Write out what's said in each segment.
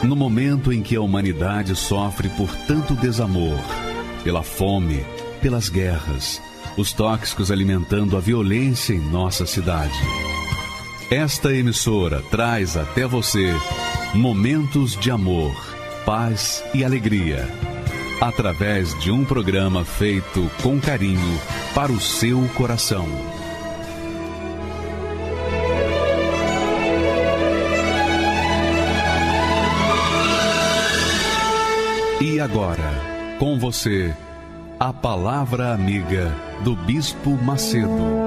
No momento em que a humanidade sofre por tanto desamor, pela fome, pelas guerras, os tóxicos alimentando a violência em nossa cidade. Esta emissora traz até você momentos de amor, paz e alegria, através de um programa feito com carinho para o seu coração. E agora, com você, a Palavra Amiga do Bispo Macedo.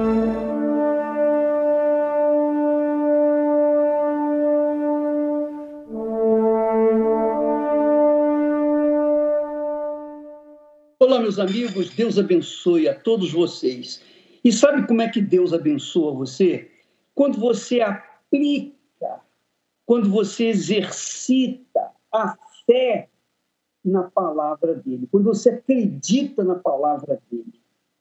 Olá, meus amigos, Deus abençoe a todos vocês. E sabe como é que Deus abençoa você? Quando você aplica, quando você exercita a fé na palavra dele, quando você acredita na palavra dele.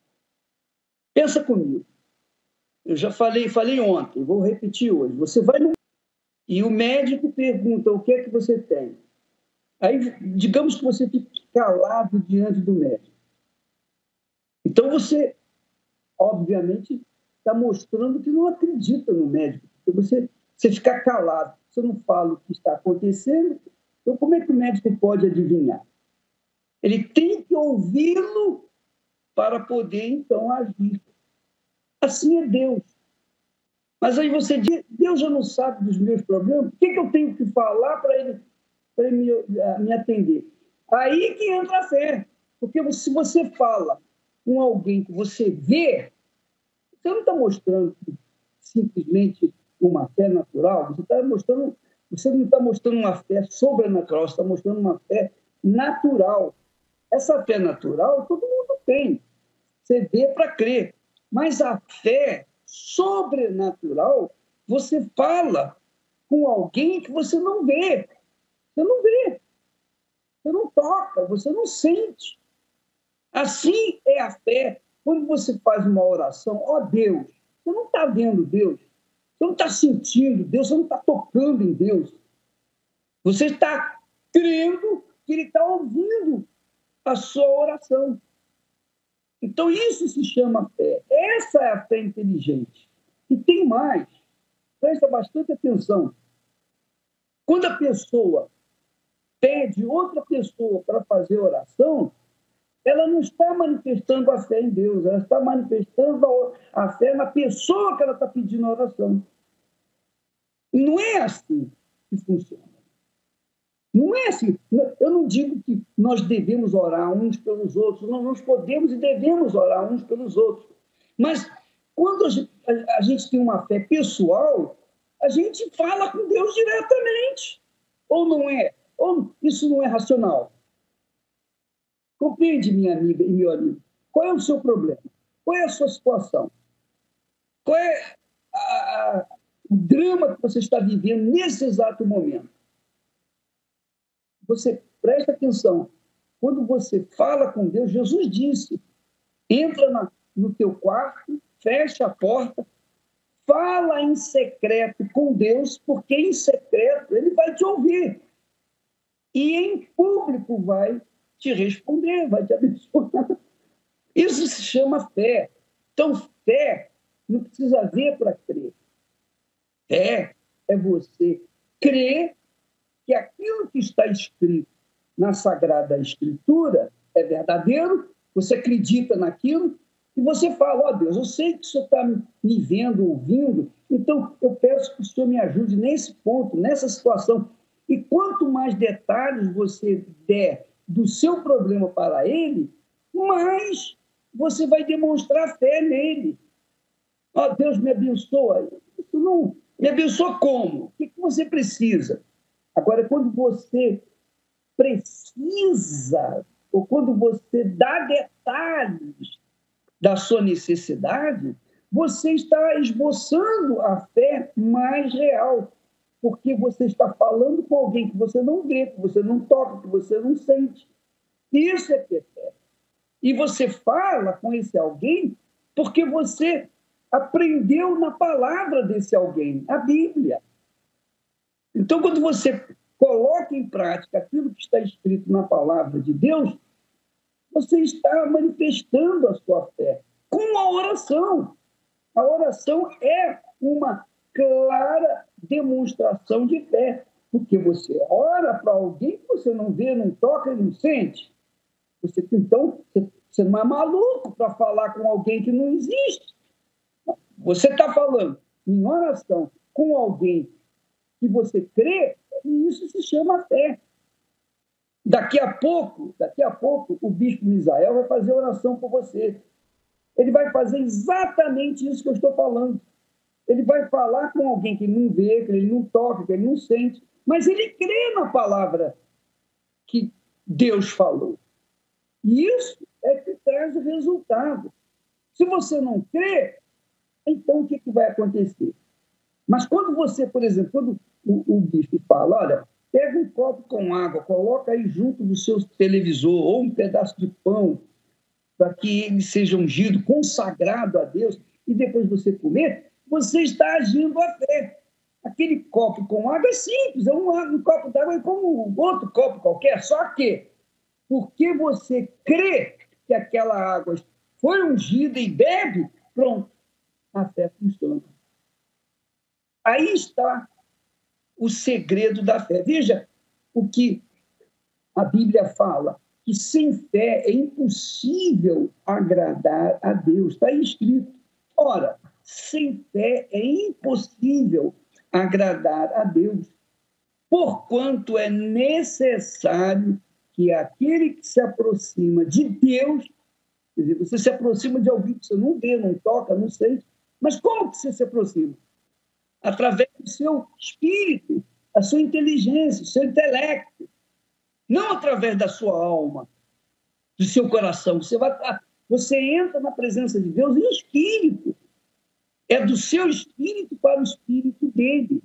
Pensa comigo. Eu já falei ontem, vou repetir hoje. Você vai no e o médico pergunta o que é que você tem. Aí, digamos que você fique calado diante do médico. Então, você, obviamente, está mostrando que não acredita no médico. Porque você fica calado, você não fala o que está acontecendo. Então, como é que o médico pode adivinhar? Ele tem que ouvi-lo para poder, então, agir. Assim é Deus. Mas aí você diz, Deus já não sabe dos meus problemas, o que eu tenho que falar para ele me atender? Aí que entra a fé. Porque se você fala com alguém que você vê, você não está mostrando simplesmente uma fé natural, você não está mostrando uma fé sobrenatural, você está mostrando uma fé natural. Essa fé natural todo mundo tem. Você vê para crer. Mas a fé sobrenatural, você fala com alguém que você não vê. Você não vê. Você não toca, você não sente. Assim é a fé. Quando você faz uma oração, ó Deus, você não está vendo Deus. Você não está sentindo Deus, você não está tocando em Deus. Você está crendo que Ele está ouvindo a sua oração. Então, isso se chama fé. Essa é a fé inteligente. E tem mais. Presta bastante atenção. Quando a pessoa pede outra pessoa para fazer oração, ela não está manifestando a fé em Deus, ela está manifestando a fé na pessoa que ela está pedindo a oração. E não é assim que funciona. Não é assim. Eu não digo que nós devemos orar uns pelos outros. Nós podemos e devemos orar uns pelos outros. Mas quando a gente tem uma fé pessoal, a gente fala com Deus diretamente. Ou não é? Ou isso não é racional? Compreende, minha amiga e meu amigo? Qual é o seu problema? Qual é a sua situação? Qual é o drama que você está vivendo nesse exato momento? Você presta atenção. Quando você fala com Deus, Jesus disse, entra no teu quarto, fecha a porta, fala em secreto com Deus, porque em secreto Ele vai te ouvir. E em público vai te responder, vai te abençoar. Isso se chama fé. Então, fé não precisa ver para crer. Fé é você crer que aquilo que está escrito na Sagrada Escritura é verdadeiro, você acredita naquilo e você fala, ó Deus, eu sei que o Senhor está me vendo, ouvindo, então eu peço que o Senhor me ajude nesse ponto, nessa situação. E quanto mais detalhes você der do seu problema para Ele, mais você vai demonstrar fé nele. Ó Deus, me abençoa. Isso não... Me abençoa como? O que você precisa? Agora, quando você precisa, ou quando você dá detalhes da sua necessidade, você está esboçando a fé mais real, porque você está falando com alguém que você não vê, que você não toca, que você não sente. Isso é ter fé. E você fala com esse alguém porque você aprendeu na palavra desse alguém, a Bíblia. Então, quando coloca em prática aquilo que está escrito na palavra de Deus, você está manifestando a sua fé com a oração. A oração é uma clara demonstração de fé, porque você ora para alguém que você não vê, não toca e não sente. Então, você não é maluco para falar com alguém que não existe. Você está falando em oração com alguém que você crê, e isso se chama fé. Daqui a pouco, o bispo Misael vai fazer oração por você. Ele vai fazer exatamente isso que eu estou falando. Ele vai falar com alguém que não vê, que ele não toca, que ele não sente, mas ele crê na palavra que Deus falou. E isso é que traz o resultado. Se você não crê, então o que vai acontecer? Mas quando você, por exemplo, quando o bispo fala, olha, pega um copo com água, coloca aí junto do seu televisor, ou um pedaço de pão, para que ele seja ungido, consagrado a Deus, e depois você comer, você está agindo a fé. Aquele copo com água é simples, é um copo d'água, é como um outro copo qualquer, só que porque você crê que aquela água foi ungida e bebe, pronto, a fé funciona. Aí está o segredo da fé. Veja o que a Bíblia fala, que sem fé é impossível agradar a Deus. Está aí escrito. Ora, sem fé é impossível agradar a Deus, porquanto é necessário que aquele que se aproxima de Deus, quer dizer, você se aproxima de alguém que você não vê, não toca, não sente, mas como que você se aproxima? Através do seu espírito, da sua inteligência, do seu intelecto, não através da sua alma, do seu coração. Você entra na presença de Deus em espírito. É do seu espírito para o espírito dele.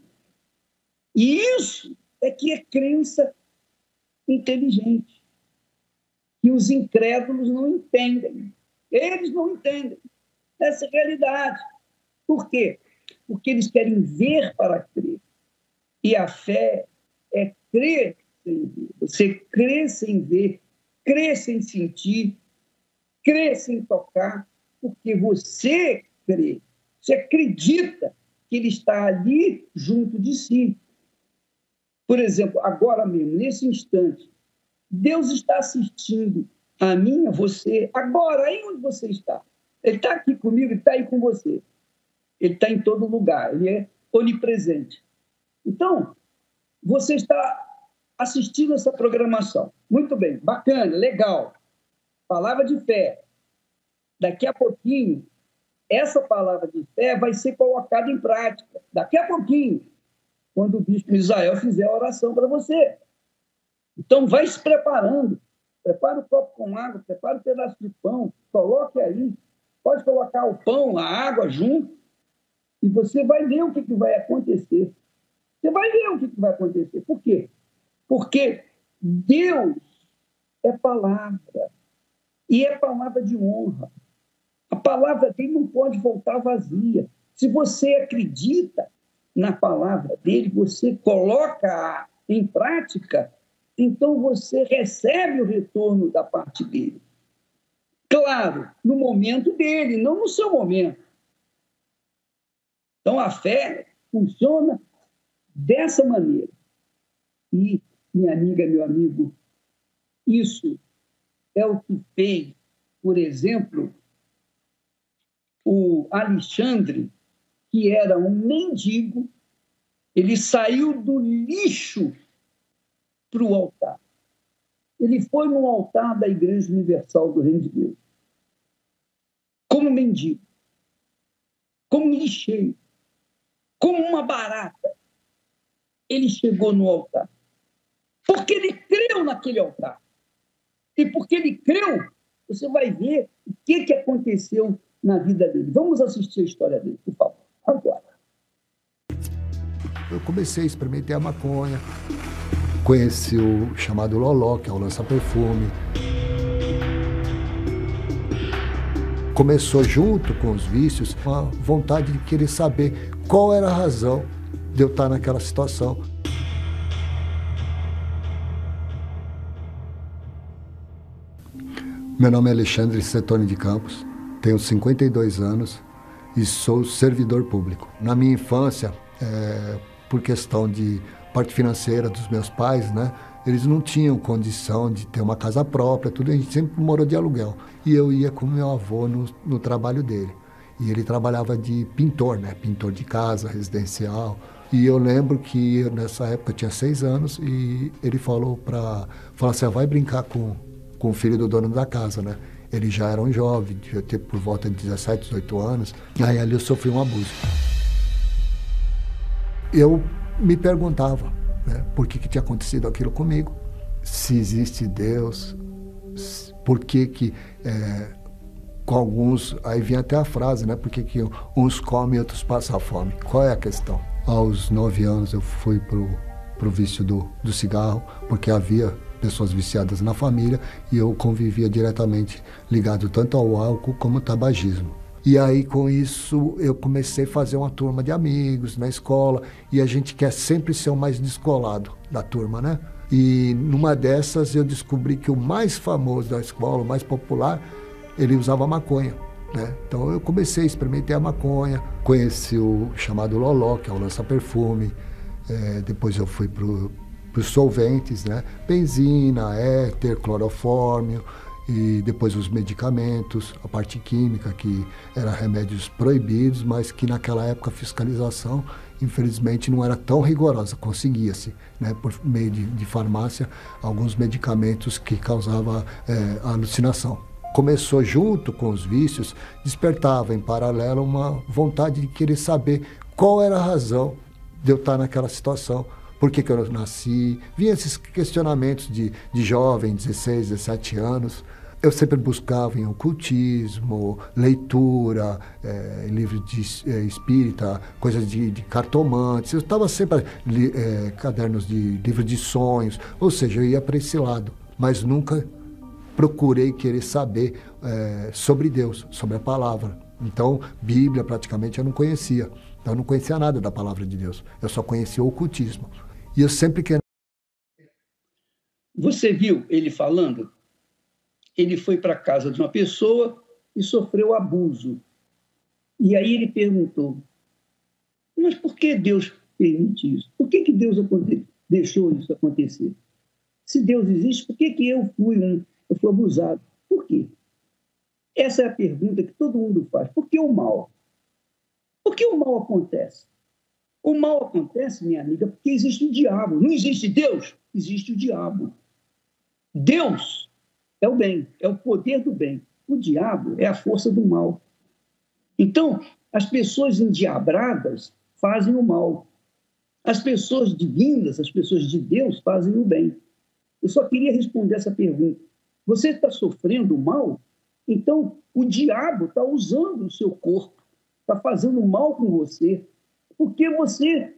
E isso é que é crença inteligente, que os incrédulos não entendem. Eles não entendem essa realidade. Por quê? Porque eles querem ver para crer. E a fé é crer sem ver. Você crê sem ver, crê sem sentir, crê sem tocar, porque você crê. Você acredita que ele está ali junto de si. Por exemplo, agora mesmo, nesse instante, Deus está assistindo a mim, a você, agora, aí onde você está. Ele está aqui comigo, ele está aí com você. Ele está em todo lugar, ele é onipresente. Então, você está assistindo essa programação. Muito bem, bacana, legal. Palavra de fé. Daqui a pouquinho, essa palavra de fé vai ser colocada em prática. Daqui a pouquinho, quando o bispo Misael fizer a oração para você. Então, vai se preparando. Prepara o copo com água, prepara um pedaço de pão, coloque aí. Pode colocar o pão, a água junto, e você vai ver o que vai acontecer. Você vai ver o que vai acontecer. Por quê? Porque Deus é palavra, e é palavra de honra. A palavra dele não pode voltar vazia. Se você acredita na palavra dele, você coloca em prática, então você recebe o retorno da parte dele. Claro, no momento dele, não no seu momento. Então, a fé funciona dessa maneira. E, minha amiga, meu amigo, isso é o que fez, por exemplo, o Alexandre, que era um mendigo, ele saiu do lixo para o altar. Ele foi no altar da Igreja Universal do Reino de Deus. Como mendigo, como lixeiro, como uma barata. Ele chegou no altar. Porque ele creu naquele altar. E porque ele creu, você vai ver o que aconteceu na vida dele. Vamos assistir a história dele, por favor. Agora. Eu comecei a experimentar a maconha, conheci o chamado Loló, que é o lança-perfume. Começou junto com os vícios, uma vontade de querer saber qual era a razão de eu estar naquela situação. Meu nome é Alexandre Setoni de Campos, tenho 52 anos e sou servidor público. Na minha infância, por questão de parte financeira dos meus pais, né, eles não tinham condição de ter uma casa própria, tudo, a gente sempre morou de aluguel. E eu ia com meu avô no trabalho dele. E ele trabalhava de pintor, né, pintor de casa, residencial. E eu lembro que nessa época eu tinha 6 anos e ele falou assim, vai brincar com o filho do dono da casa, né? Ele já era um jovem, devia ter por volta de 17, 18 anos. Aí ali eu sofri um abuso. Eu me perguntava, né, por que tinha acontecido aquilo comigo, se existe Deus, por que com alguns, aí vinha até a frase, né, por que uns comem e outros passam fome. Qual é a questão? Aos 9 anos eu fui pro vício do cigarro, porque havia pessoas viciadas na família e eu convivia diretamente ligado tanto ao álcool como ao tabagismo. E aí, com isso, eu comecei a fazer uma turma de amigos na escola e a gente quer sempre ser o mais descolado da turma, né? E numa dessas eu descobri que o mais famoso da escola, o mais popular, ele usava maconha, né? Então eu comecei a experimentar a maconha, conheci o chamado Loló, que é o lança-perfume, depois eu fui para os solventes, né? Benzina, éter, clorofórmio, e depois os medicamentos, a parte química, que eram remédios proibidos, mas que naquela época a fiscalização, infelizmente, não era tão rigorosa, conseguia-se, né, por meio de farmácia, alguns medicamentos que causavam alucinação. Começou junto com os vícios, despertava em paralelo uma vontade de querer saber qual era a razão de eu estar naquela situação. Por que eu nasci? Vinha esses questionamentos de jovem, 16, 17 anos. Eu sempre buscava em ocultismo, leitura, livro de espírita, coisas de cartomantes. Eu estava sempre cadernos de livro de sonhos, ou seja, eu ia para esse lado, mas nunca procurei querer saber sobre Deus, sobre a palavra. Então, Bíblia praticamente eu não conhecia. Eu não conhecia nada da palavra de Deus. Eu só conhecia o ocultismo. E eu sempre queria... Você viu ele falando? Ele foi para a casa de uma pessoa e sofreu abuso. E aí ele perguntou, mas por que Deus permite isso? Por que Deus deixou isso acontecer? Se Deus existe, por que eu fui abusado? Por quê? Essa é a pergunta que todo mundo faz. Por que o mal? Por que o mal acontece? O mal acontece, minha amiga, porque existe o diabo. Não existe Deus, existe o diabo. Deus é o bem, é o poder do bem. O diabo é a força do mal. Então, as pessoas endiabradas fazem o mal. As pessoas divinas, as pessoas de Deus fazem o bem. Eu só queria responder essa pergunta. Você está sofrendo o mal? Então, o diabo está usando o seu corpo, está fazendo mal com você, porque você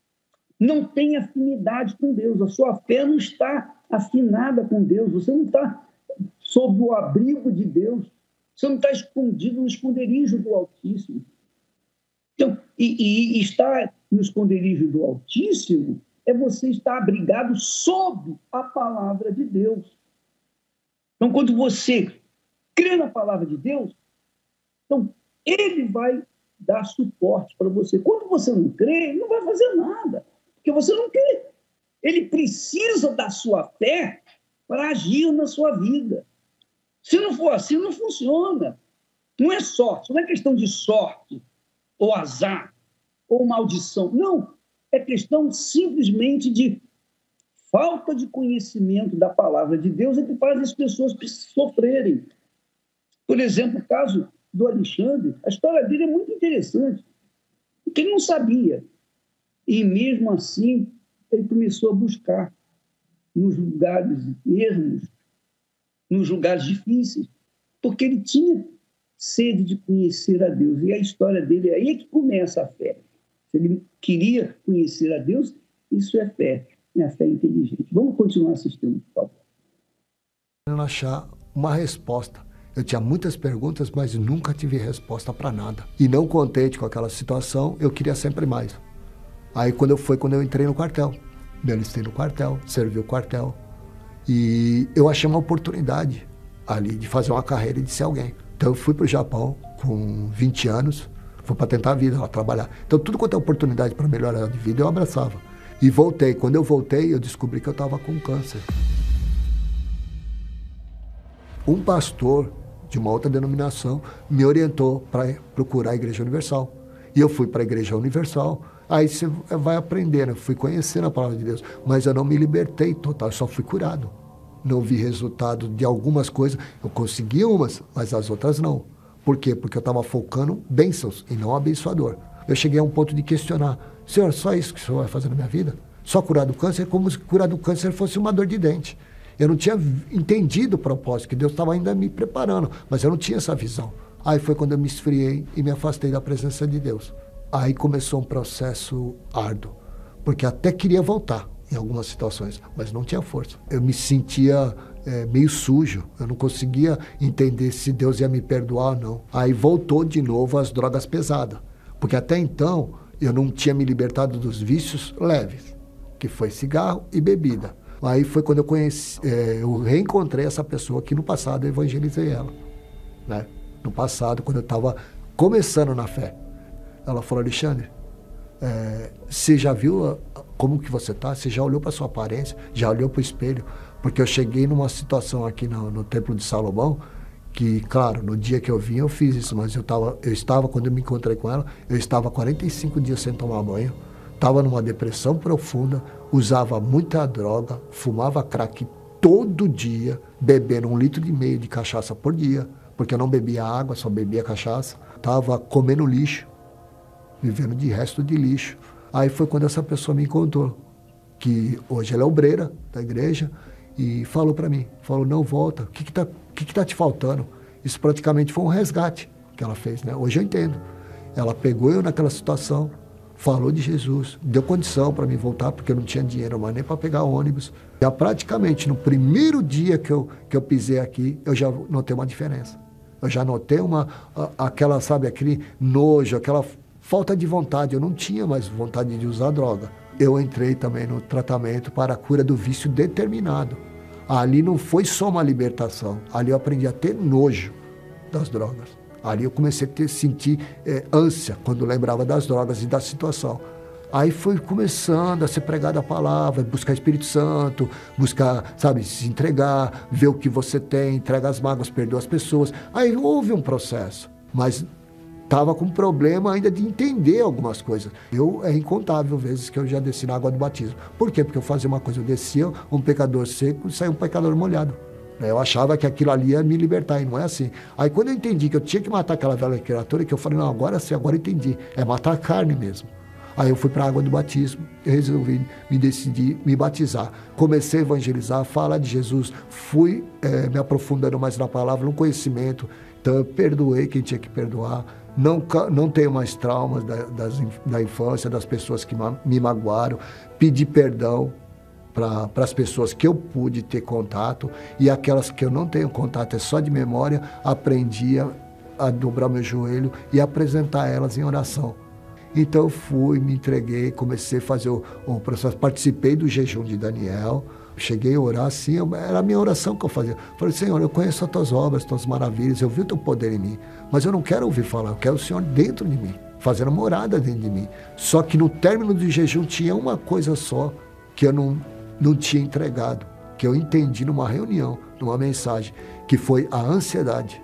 não tem afinidade com Deus, a sua fé não está afinada com Deus, você não está sob o abrigo de Deus, você não está escondido no esconderijo do Altíssimo. Então, e estar no esconderijo do Altíssimo é você estar abrigado sob a palavra de Deus. Então, quando você crê na palavra de Deus, então ele vai dar suporte para você. Quando você não crê, ele não vai fazer nada, porque você não crê. Ele precisa da sua fé para agir na sua vida. Se não for assim, não funciona. Não é sorte, não é questão de sorte, ou azar, ou maldição. Não, é questão simplesmente de falta de conhecimento da palavra de Deus é que faz as pessoas sofrerem. Por exemplo, o caso do Alexandre, a história dele é muito interessante, porque ele não sabia. E mesmo assim, ele começou a buscar nos lugares ermos, nos lugares difíceis, porque ele tinha sede de conhecer a Deus. E a história dele é aí que começa a fé. Se ele queria conhecer a Deus, isso é fé. É a fé inteligente. Vamos continuar assistindo, por favor. Não achar uma resposta. Eu tinha muitas perguntas, mas nunca tive resposta para nada. E não contente com aquela situação, eu queria sempre mais. Aí quando eu entrei no quartel. Me alistei no quartel, servi o quartel. E eu achei uma oportunidade ali de fazer uma carreira e de ser alguém. Então eu fui para o Japão com 20 anos, fui para tentar a vida, lá trabalhar. Então tudo quanto é oportunidade para melhorar de vida eu abraçava. E voltei. Quando eu voltei, eu descobri que eu estava com câncer. Um pastor de uma outra denominação me orientou para procurar a Igreja Universal. E eu fui para a Igreja Universal. Aí você vai aprendendo, eu fui conhecendo a palavra de Deus, mas eu não me libertei total, eu só fui curado. Não vi resultado de algumas coisas, eu consegui umas, mas as outras não. Por quê? Porque eu estava focando bênçãos e não abençoador. Eu cheguei a um ponto de questionar, Senhor, só isso que o Senhor vai fazer na minha vida? Só curar do câncer? Como se curar do câncer fosse uma dor de dente. Eu não tinha entendido o propósito, que Deus estava ainda me preparando, mas eu não tinha essa visão. Aí foi quando eu me esfriei e me afastei da presença de Deus. Aí começou um processo árduo, porque até queria voltar em algumas situações, mas não tinha força. Eu me sentia meio sujo, eu não conseguia entender se Deus ia me perdoar ou não. Aí voltou de novo as drogas pesadas, porque até então eu não tinha me libertado dos vícios leves, que foi cigarro e bebida. Aí foi quando eu reencontrei essa pessoa que no passado eu evangelizei ela, né? No passado, quando eu estava começando na fé. Ela falou, Alexandre, você já viu como que você está? Você já olhou para sua aparência? Já olhou para o espelho? Porque eu cheguei numa situação aqui no Templo de Salomão, que, claro, no dia que eu vim eu fiz isso, mas eu estava, quando eu me encontrei com ela, eu estava 45 dias sem tomar banho, estava numa depressão profunda, usava muita droga, fumava crack todo dia, bebendo 1,5 litro de cachaça por dia, porque eu não bebia água, só bebia cachaça. Estava comendo lixo, vivendo de resto de lixo. Aí foi quando essa pessoa me encontrou, que hoje ela é obreira da igreja, e falou para mim, falou, não, volta, o que tá te faltando? Isso praticamente foi um resgate que ela fez, né? Hoje eu entendo. Ela pegou eu naquela situação, falou de Jesus, deu condição para mim voltar, porque eu não tinha dinheiro mais nem para pegar ônibus. Já praticamente no primeiro dia que eu pisei aqui, eu já notei uma diferença. Eu já notei aquele nojo, aquela falta de vontade. Eu não tinha mais vontade de usar droga. Eu entrei também no tratamento para a cura do vício determinado. Ali não foi só uma libertação. Ali eu aprendi a ter nojo das drogas. Ali eu comecei a sentir ânsia quando lembrava das drogas e da situação. Aí foi começando a ser pregada a palavra, buscar Espírito Santo, buscar, se entregar, ver o que você tem, entrega as mágoas, perdoa as pessoas. Aí houve um processo, mas estava com problema ainda de entender algumas coisas. É incontável vezes que eu já desci na água do batismo. Por quê? Porque eu fazia uma coisa, eu descia um pecador seco e saía um pecador molhado. Eu achava que aquilo ali ia me libertar, e não é assim. Aí quando eu entendi que eu tinha que matar aquela velha criatura, que eu falei, não, agora sim, agora eu entendi. É matar a carne mesmo. Aí eu fui para a água do batismo, eu resolvi me batizar. Comecei a evangelizar, falar de Jesus, fui me aprofundando mais na palavra, no conhecimento. Então eu perdoei quem tinha que perdoar. Não tenho mais traumas da infância, das pessoas que me magoaram. Pedi perdão para as pessoas que eu pude ter contato, e aquelas que eu não tenho contato, é só de memória, aprendi a dobrar meu joelho e apresentar elas em oração. Então eu fui, me entreguei, comecei a fazer o processo, participei do jejum de Daniel, cheguei a orar assim, era a minha oração que eu fazia. Falei, Senhor, eu conheço as tuas obras, as tuas maravilhas, eu vi o teu poder em mim, mas eu não quero ouvir falar, eu quero o Senhor dentro de mim, fazendo morada dentro de mim. Só que no término do jejum tinha uma coisa só que eu não tinha entregado, que eu entendi numa reunião, numa mensagem, que foi a ansiedade.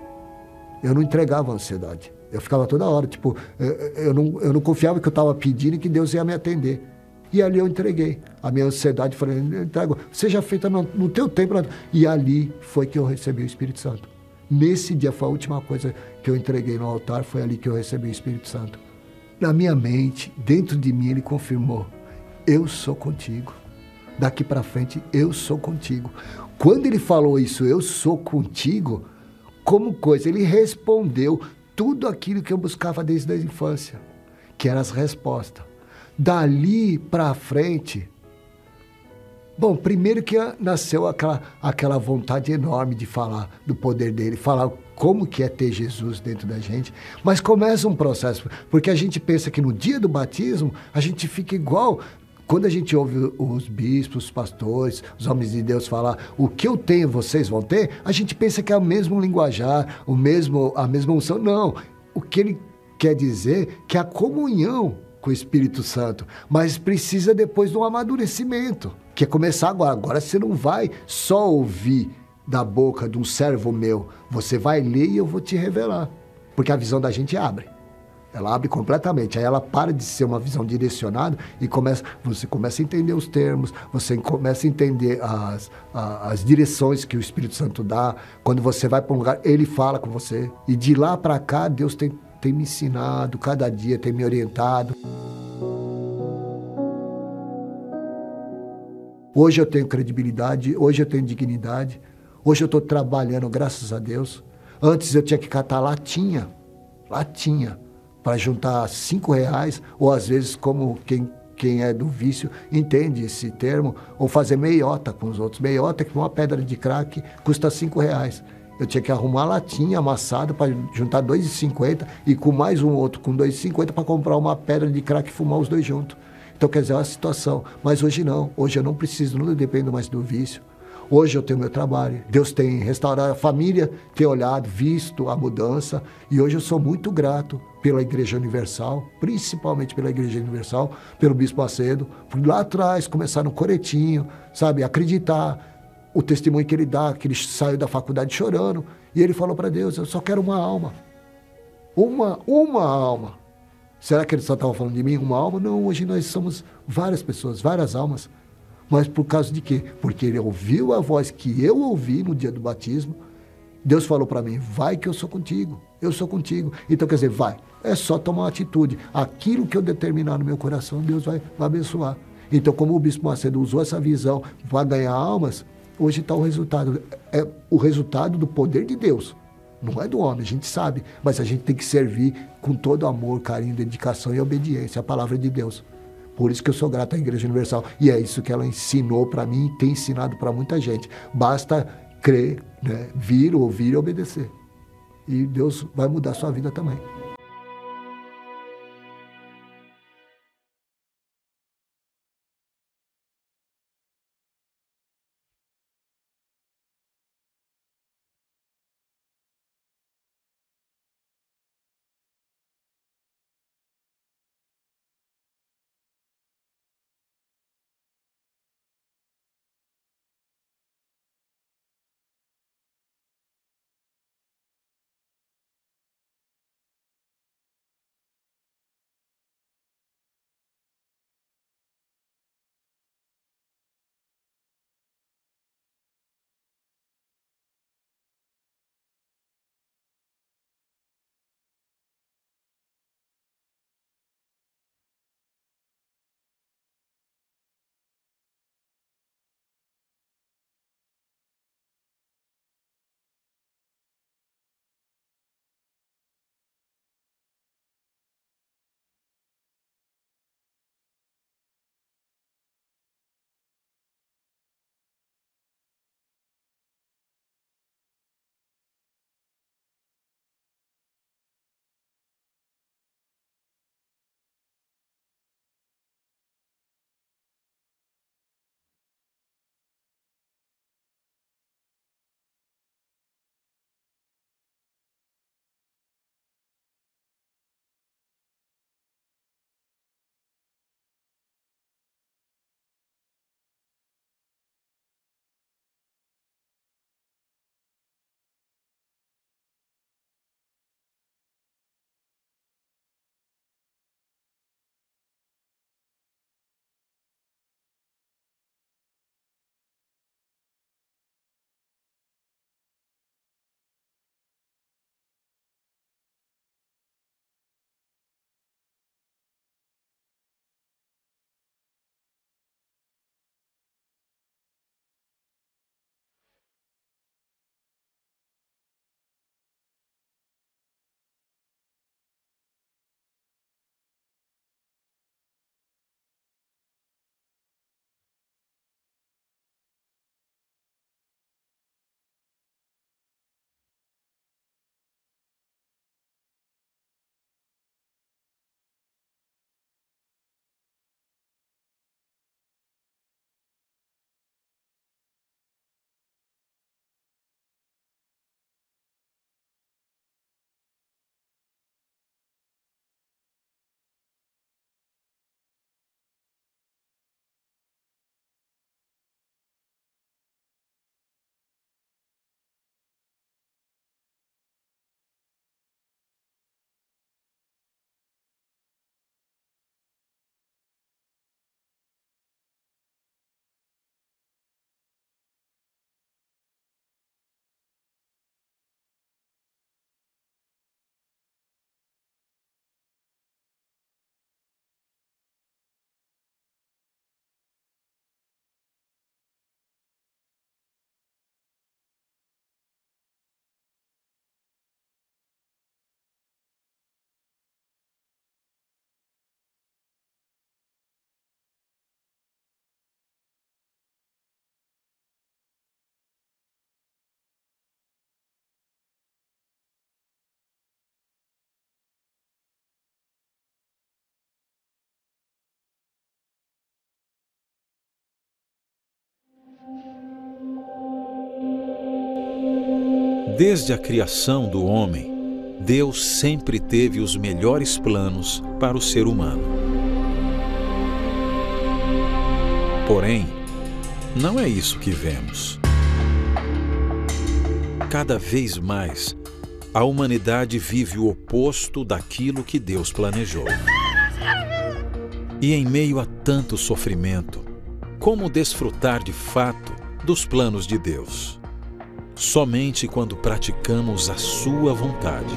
Eu não entregava a ansiedade. Eu ficava toda hora, eu não confiava que eu estava pedindo e que Deus ia me atender. E ali eu entreguei. A minha ansiedade, falei, entrego, seja feita no teu tempo. E ali foi que eu recebi o Espírito Santo. Nesse dia foi a última coisa que eu entreguei no altar, foi ali que eu recebi o Espírito Santo. Na minha mente, dentro de mim, ele confirmou, eu sou contigo. Daqui para frente, eu sou contigo. Quando ele falou isso, eu sou contigo, como coisa, ele respondeu tudo aquilo que eu buscava desde a infância, que eram as respostas. Dali para frente, bom, primeiro que nasceu aquela vontade enorme de falar do poder dele, falar como que é ter Jesus dentro da gente, mas começa um processo, porque a gente pensa que no dia do batismo, a gente fica igual Quando a gente ouve os bispos, os pastores, os homens de Deus falar o que eu tenho, vocês vão ter, a gente pensa que é o mesmo linguajar, a mesma unção. Não. O que ele quer dizer que é a comunhão com o Espírito Santo, mas precisa depois de um amadurecimento, que é começar agora. Agora você não vai só ouvir da boca de um servo meu, você vai ler e eu vou te revelar, porque a visão da gente abre. Ela abre completamente, aí ela para de ser uma visão direcionada e você começa a entender os termos, você começa a entender as direções que o Espírito Santo dá. Quando você vai para um lugar, ele fala com você. E de lá para cá, Deus tem me ensinado, cada dia tem me orientado. Hoje eu tenho credibilidade, hoje eu tenho dignidade, hoje eu estou trabalhando, graças a Deus. Antes eu tinha que catar latinha, para juntar R$5, ou às vezes, como quem é do vício entende esse termo, ou fazer meiota com os outros. Meiota, que uma pedra de crack custa R$5. Eu tinha que arrumar latinha amassada para juntar R$2,50 e com mais um outro com R$2,50 para comprar uma pedra de crack e fumar os dois juntos. Então, quer dizer, é uma situação. Mas hoje não. Hoje eu não preciso, não dependo mais do vício. Hoje eu tenho meu trabalho. Deus tem restaurado, a família tem olhado, visto a mudança. E hoje eu sou muito grato pela Igreja Universal, principalmente pela Igreja Universal, pelo Bispo Macedo, por lá atrás começar no coretinho, sabe, acreditar o testemunho que ele dá, que ele saiu da faculdade chorando. E ele falou para Deus, eu só quero uma alma. Uma alma. Será que ele só estava falando de mim, uma alma? Não, hoje nós somos várias pessoas, várias almas. Mas por causa de quê? Porque ele ouviu a voz que eu ouvi no dia do batismo. Deus falou para mim, vai que eu sou contigo. Eu sou contigo. Então, quer dizer, vai. É só tomar uma atitude. Aquilo que eu determinar no meu coração, Deus vai abençoar. Então, como o Bispo Macedo usou essa visão para ganhar almas, hoje está o resultado. É o resultado do poder de Deus. Não é do homem, a gente sabe. Mas a gente tem que servir com todo amor, carinho, dedicação e obediência à palavra de Deus. Por isso que eu sou grato à Igreja Universal. E é isso que ela ensinou para mim e tem ensinado para muita gente. Basta crer, né? Vir, ouvir e obedecer. E Deus vai mudar a sua vida também. Desde a criação do homem, Deus sempre teve os melhores planos para o ser humano. Porém, não é isso que vemos. Cada vez mais, a humanidade vive o oposto daquilo que Deus planejou. E em meio a tanto sofrimento, como desfrutar de fato dos planos de Deus? Somente quando praticamos a sua vontade.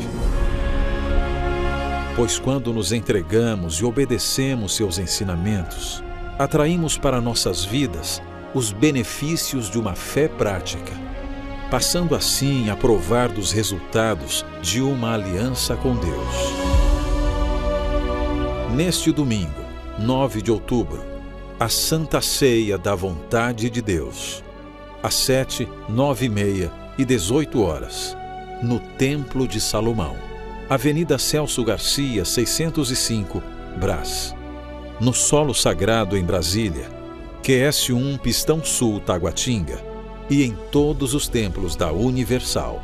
Pois quando nos entregamos e obedecemos seus ensinamentos, atraímos para nossas vidas os benefícios de uma fé prática, passando assim a provar dos resultados de uma aliança com Deus. Neste domingo, 9 de outubro, a Santa Ceia da Vontade de Deus, às 7, 9h30 e 18h, no Templo de Salomão, Avenida Celso Garcia, 605, Brás. No Solo Sagrado em Brasília, QS1 Pistão Sul, Taguatinga, e em todos os templos da Universal.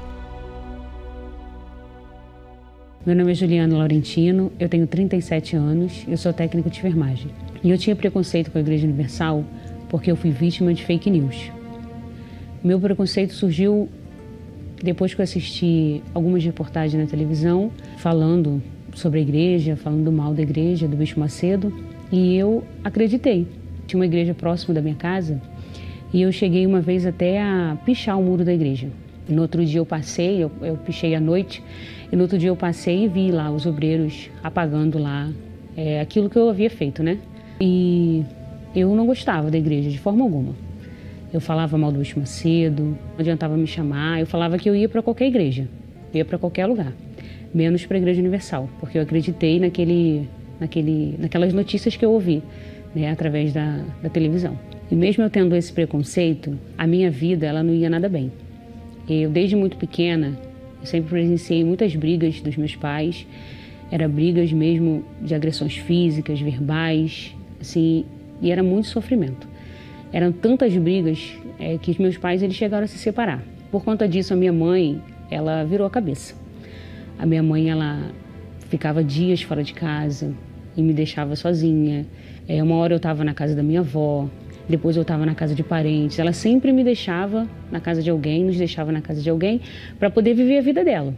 Meu nome é Juliana Laurentino, eu tenho 37 anos, eu sou técnica de enfermagem. E eu tinha preconceito com a Igreja Universal porque eu fui vítima de fake news. Meu preconceito surgiu depois que eu assisti algumas reportagens na televisão falando sobre a igreja, falando mal da igreja, do Bispo Macedo, e eu acreditei. Tinha uma igreja próxima da minha casa e eu cheguei uma vez até a pichar o muro da igreja. No outro dia eu passei, eu pichei à noite, e no outro dia eu passei e vi lá os obreiros apagando lá aquilo que eu havia feito, né? E eu não gostava da igreja de forma alguma. Eu falava mal do Bispo Macedo, não adiantava me chamar, eu falava que eu ia para qualquer igreja, ia para qualquer lugar, menos para a Igreja Universal, porque eu acreditei naquelas notícias que eu ouvi, né, através da televisão. E mesmo eu tendo esse preconceito, a minha vida ela não ia nada bem. Eu, desde muito pequena, eu sempre presenciei muitas brigas dos meus pais, eram brigas mesmo de agressões físicas, verbais, assim, e era muito sofrimento. Eram tantas brigas que os meus pais eles chegaram a se separar. Por conta disso, a minha mãe, ela virou a cabeça. A minha mãe, ela ficava dias fora de casa e me deixava sozinha. Uma hora eu estava na casa da minha avó, depois eu estava na casa de parentes. Ela sempre me deixava na casa de alguém, nos deixava na casa de alguém para poder viver a vida dela.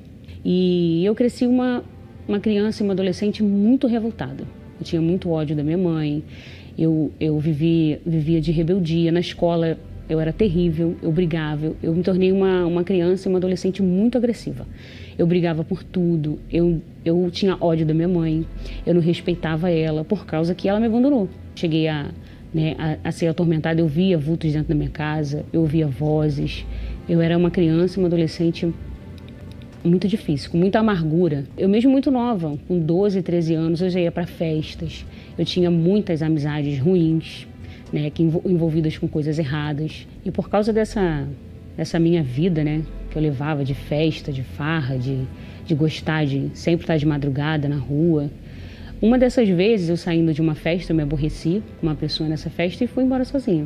E eu cresci uma criança e uma adolescente muito revoltada. Eu tinha muito ódio da minha mãe. Eu vivia de rebeldia. Na escola eu era terrível, eu brigava. Eu me tornei uma criança e uma adolescente muito agressiva. Eu brigava por tudo, eu tinha ódio da minha mãe, eu não respeitava ela por causa que ela me abandonou. Cheguei a ser atormentada, eu via vultos dentro da minha casa, eu ouvia vozes. Eu era uma criança e uma adolescente muito difícil, com muita amargura. Eu mesmo muito nova, com 12, 13 anos, eu já ia para festas. Eu tinha muitas amizades ruins, né, envolvidas com coisas erradas. E por causa dessa minha vida, né, que eu levava de festa, de farra, de gostar de sempre estar de madrugada na rua. Uma dessas vezes, eu saindo de uma festa, eu me aborreci com uma pessoa nessa festa e fui embora sozinha.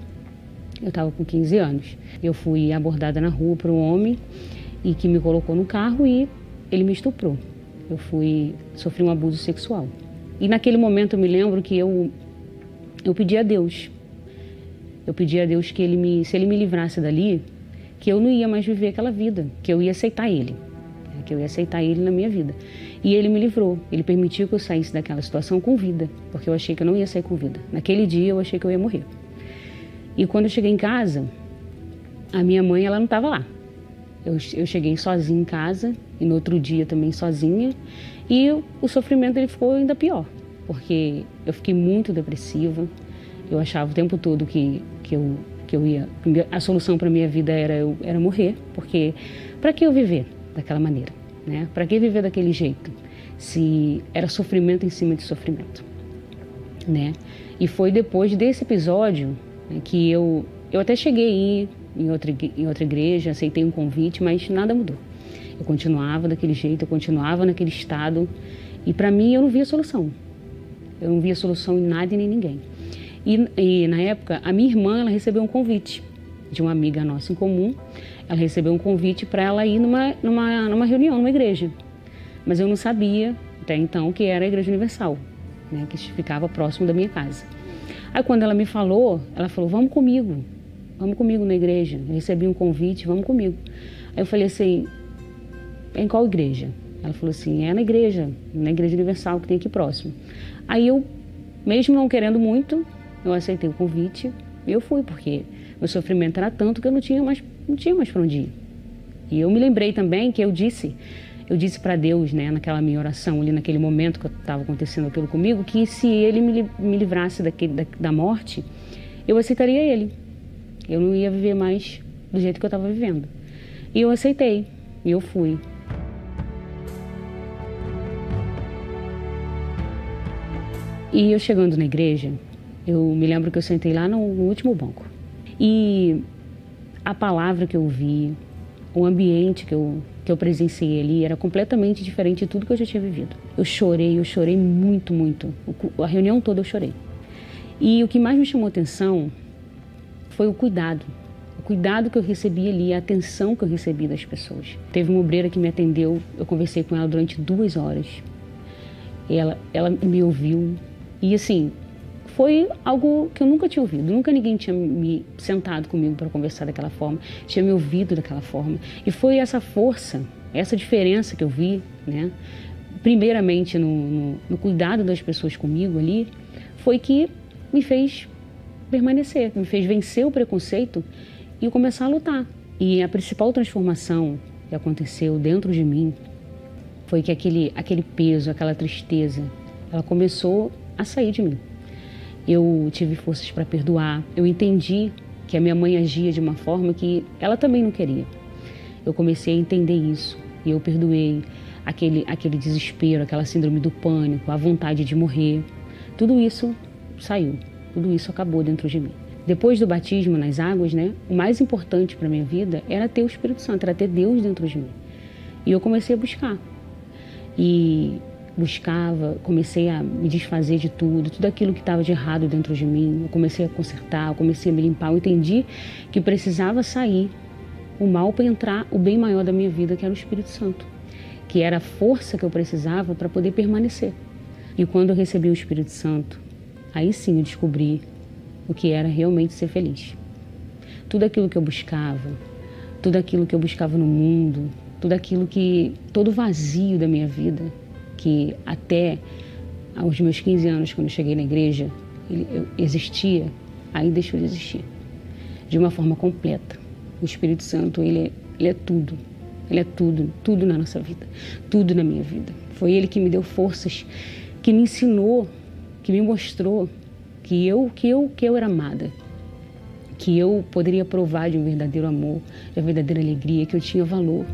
Eu estava com 15 anos. Eu fui abordada na rua por um homem e que me colocou no carro e ele me estuprou. Eu sofri um abuso sexual. E naquele momento eu me lembro que eu pedi a Deus. Eu pedi a Deus que se ele me livrasse dali, que eu não ia mais viver aquela vida, que eu ia aceitar ele, que eu ia aceitar ele na minha vida. E ele me livrou, ele permitiu que eu saísse daquela situação com vida, porque eu achei que eu não ia sair com vida. Naquele dia eu achei que eu ia morrer. E quando eu cheguei em casa, a minha mãe ela não estava lá. Eu cheguei sozinha em casa e no outro dia também sozinha, e o sofrimento ele ficou ainda pior, porque eu fiquei muito depressiva. Eu achava o tempo todo que a solução para minha vida era morrer, porque para que eu viver daquela maneira, né? Para que viver daquele jeito, se era sofrimento em cima de sofrimento, né? E foi depois desse episódio, né, que eu até cheguei a ir em outra igreja, aceitei um convite, mas nada mudou. Eu continuava daquele jeito, eu continuava naquele estado, e para mim eu não via solução. Eu não via solução em nada e nem ninguém. E na época, a minha irmã, ela recebeu um convite de uma amiga nossa em comum. Ela recebeu um convite para ela ir numa reunião, numa igreja. Mas eu não sabia até então que era a Igreja Universal, né, que ficava próximo da minha casa. Aí quando ela me falou, ela falou, vamos comigo na igreja. Eu recebi um convite, vamos comigo. Aí eu falei assim, em qual igreja? Ela falou assim, é na Igreja Universal que tem aqui próximo. Aí eu, mesmo não querendo muito, eu aceitei o convite e eu fui, porque meu sofrimento era tanto que eu não tinha mais para onde ir. E eu me lembrei também que eu disse para Deus, né, naquela minha oração ali, naquele momento que estava acontecendo aquilo comigo, que se Ele me livrasse da morte, eu aceitaria Ele. Eu não ia viver mais do jeito que eu estava vivendo. E eu aceitei, e eu fui. E eu chegando na igreja, eu me lembro que eu sentei lá no último banco. E a palavra que eu ouvi, o ambiente que eu presenciei ali era completamente diferente de tudo que eu já tinha vivido. Eu chorei muito, muito. A reunião toda eu chorei. E o que mais me chamou atenção foi o cuidado que eu recebi ali, a atenção que eu recebi das pessoas. Teve uma obreira que me atendeu, eu conversei com ela durante 2 horas. Ela me ouviu e assim, foi algo que eu nunca tinha ouvido. Nunca ninguém tinha me sentado comigo para conversar daquela forma, tinha me ouvido daquela forma. E foi essa força, essa diferença que eu vi, né? Primeiramente no cuidado das pessoas comigo ali, foi que me fez permanecer, me fez vencer o preconceito e começar a lutar. E a principal transformação que aconteceu dentro de mim foi que aquele peso, aquela tristeza, ela começou a sair de mim. Eu tive forças para perdoar. Eu entendi que a minha mãe agia de uma forma que ela também não queria. Eu comecei a entender isso e eu perdoei aquele desespero, aquela síndrome do pânico, a vontade de morrer. Tudo isso saiu, tudo isso acabou dentro de mim. Depois do batismo nas águas, né, o mais importante para minha vida era ter o Espírito Santo, era ter Deus dentro de mim. E eu comecei a buscar. E buscava, comecei a me desfazer de tudo aquilo que estava de errado dentro de mim. Eu comecei a consertar, eu comecei a me limpar. Eu entendi que precisava sair o mal para entrar o bem maior da minha vida, que era o Espírito Santo, que era a força que eu precisava para poder permanecer. E quando eu recebi o Espírito Santo, aí sim eu descobri o que era realmente ser feliz. Tudo aquilo que eu buscava, tudo aquilo que eu buscava no mundo, todo o vazio da minha vida, que até aos meus 15 anos, quando eu cheguei na igreja, ele existia, aí deixou de existir, de uma forma completa. O Espírito Santo, ele é tudo. Ele é tudo na nossa vida, tudo na minha vida. Foi Ele que me deu forças, que me ensinou, que me mostrou que eu era amada, que eu poderia provar de um verdadeiro amor, de uma verdadeira alegria, que eu tinha valor.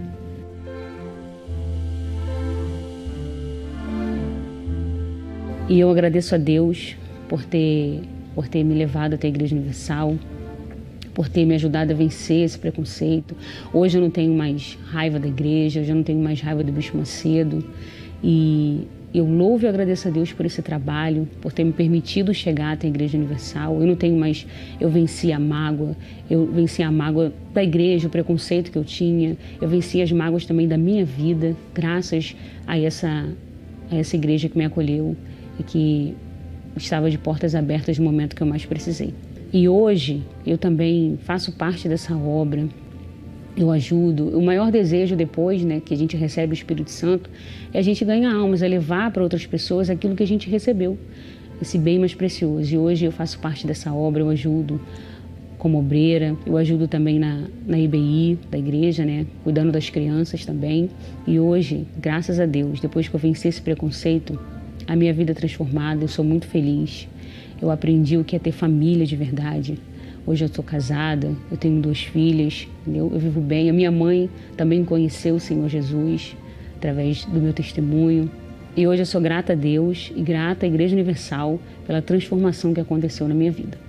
E eu agradeço a Deus por ter me levado até a Igreja Universal, por ter me ajudado a vencer esse preconceito. Hoje eu não tenho mais raiva da igreja, hoje eu não tenho mais raiva do Bispo Macedo. E eu louvo e agradeço a Deus por esse trabalho, por ter me permitido chegar até a Igreja Universal. Eu venci a mágoa da igreja, o preconceito que eu tinha. Eu venci as mágoas também da minha vida, graças a essa igreja que me acolheu e que estava de portas abertas no momento que eu mais precisei. E hoje eu também faço parte dessa obra, eu ajudo. O maior desejo depois, né, que a gente recebe o Espírito Santo, é a gente ganhar almas, é levar para outras pessoas aquilo que a gente recebeu, esse bem mais precioso. E hoje eu faço parte dessa obra, eu ajudo como obreira, eu ajudo também na IBI da igreja, né, cuidando das crianças também. E hoje, graças a Deus, depois que eu venci esse preconceito, a minha vida é transformada, eu sou muito feliz. Eu aprendi o que é ter família de verdade. Hoje eu sou casada, eu tenho 2 filhas, eu vivo bem. A minha mãe também conheceu o Senhor Jesus através do meu testemunho. E hoje eu sou grata a Deus e grata à Igreja Universal pela transformação que aconteceu na minha vida.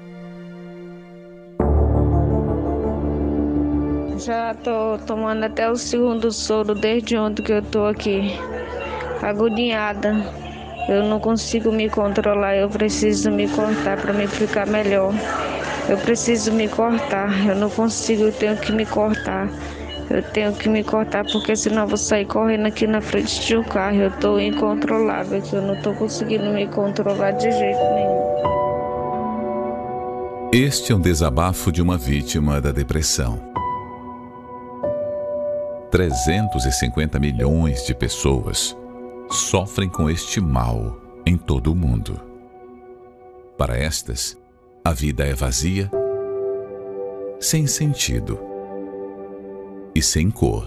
Já estou tomando até o 2º soro desde ontem que eu estou aqui, agoniada. Eu não consigo me controlar, eu preciso me cortar para me ficar melhor. Eu preciso me cortar, eu não consigo, eu tenho que me cortar. Eu tenho que me cortar porque senão eu vou sair correndo aqui na frente de um carro. Eu estou incontrolável, eu não estou conseguindo me controlar de jeito nenhum. Este é um desabafo de uma vítima da depressão. 350 milhões de pessoas sofrem com este mal em todo o mundo. Para estas, a vida é vazia, sem sentido e sem cor.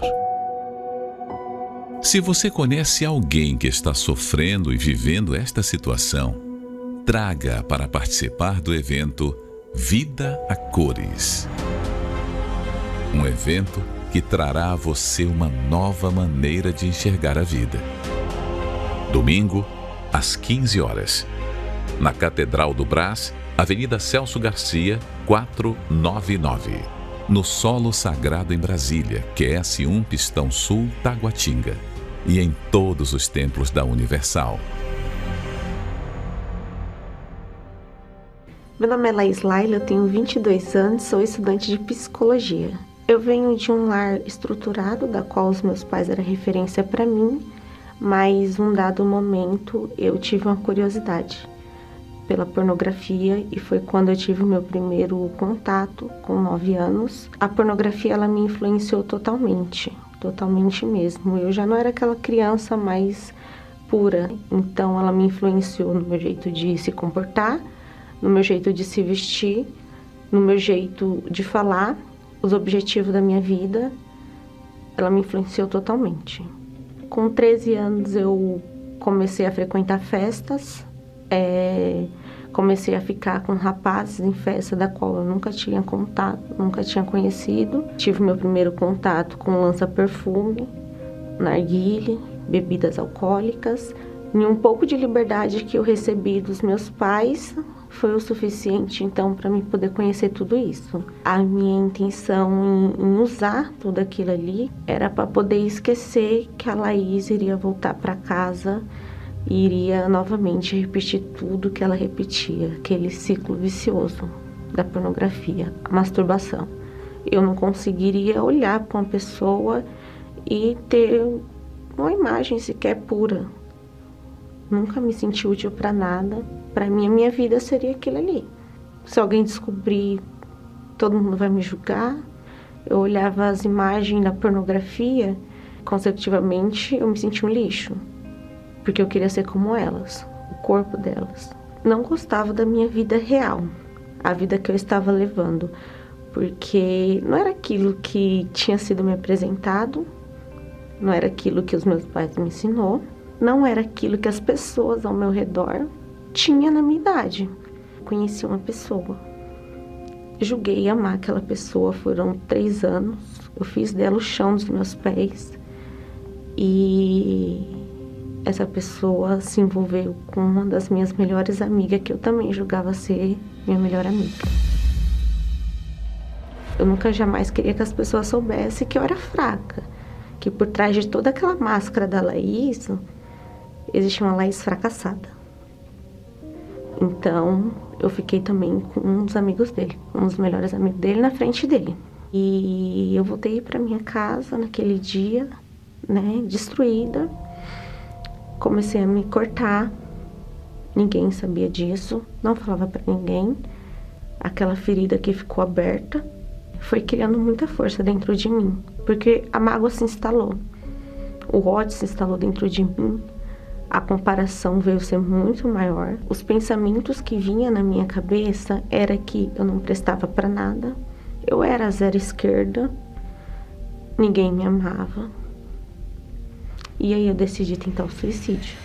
Se você conhece alguém que está sofrendo e vivendo esta situação, traga-a para participar do evento Vida a Cores. Um evento que trará a você uma nova maneira de enxergar a vida. Domingo, às 15 horas, na Catedral do Brás, Avenida Celso Garcia, 499, no Solo Sagrado em Brasília, QS1 Pistão Sul, Taguatinga, e em todos os templos da Universal. Meu nome é Laís Laila, eu tenho 22 anos, sou estudante de psicologia. Eu venho de um lar estruturado, da qual os meus pais eram referência para mim, mas um dado momento eu tive uma curiosidade pela pornografia e foi quando eu tive o meu primeiro contato, com 9 anos. A pornografia, ela me influenciou totalmente mesmo. Eu já não era aquela criança mais pura, então ela me influenciou no meu jeito de se comportar, no meu jeito de se vestir, no meu jeito de falar, os objetivos da minha vida. Ela me influenciou totalmente. Com 13 anos eu comecei a frequentar festas, comecei a ficar com rapazes em festa da qual eu nunca tinha contato, nunca tinha conhecido. Tive meu primeiro contato com lança-perfume, narguilé, bebidas alcoólicas. E um pouco de liberdade que eu recebi dos meus pais foi o suficiente, então, para mim poder conhecer tudo isso. A minha intenção em usar tudo aquilo ali era para poder esquecer que a Laís iria voltar para casa e iria novamente repetir tudo que ela repetia, aquele ciclo vicioso da pornografia, a masturbação. Eu não conseguiria olhar para uma pessoa e ter uma imagem sequer pura. Nunca me senti útil para nada. Para mim, a minha vida seria aquilo ali. Se alguém descobrir, todo mundo vai me julgar. Eu olhava as imagens da pornografia, consecutivamente eu me sentia um lixo. Porque eu queria ser como elas, o corpo delas. Não gostava da minha vida real, a vida que eu estava levando. Porque não era aquilo que tinha sido me apresentado, não era aquilo que os meus pais me ensinou. Não era aquilo que as pessoas ao meu redor tinham na minha idade. Conheci uma pessoa, julguei amar aquela pessoa, foram 3 anos. Eu fiz dela o chão dos meus pés. E essa pessoa se envolveu com uma das minhas melhores amigas, que eu também julgava ser minha melhor amiga. Eu nunca jamais queria que as pessoas soubessem que eu era fraca. Que por trás de toda aquela máscara da Laís, existia uma Laís fracassada. Então, eu fiquei também com um dos amigos dele, um dos melhores amigos dele, na frente dele. E eu voltei para minha casa naquele dia, né, destruída. Comecei a me cortar. Ninguém sabia disso, não falava para ninguém. Aquela ferida que ficou aberta foi criando muita força dentro de mim, porque a mágoa se instalou. O ódio se instalou dentro de mim. A comparação veio ser muito maior. Os pensamentos que vinham na minha cabeça era que eu não prestava para nada. Eu era zero esquerda. Ninguém me amava. E aí eu decidi tentar o suicídio.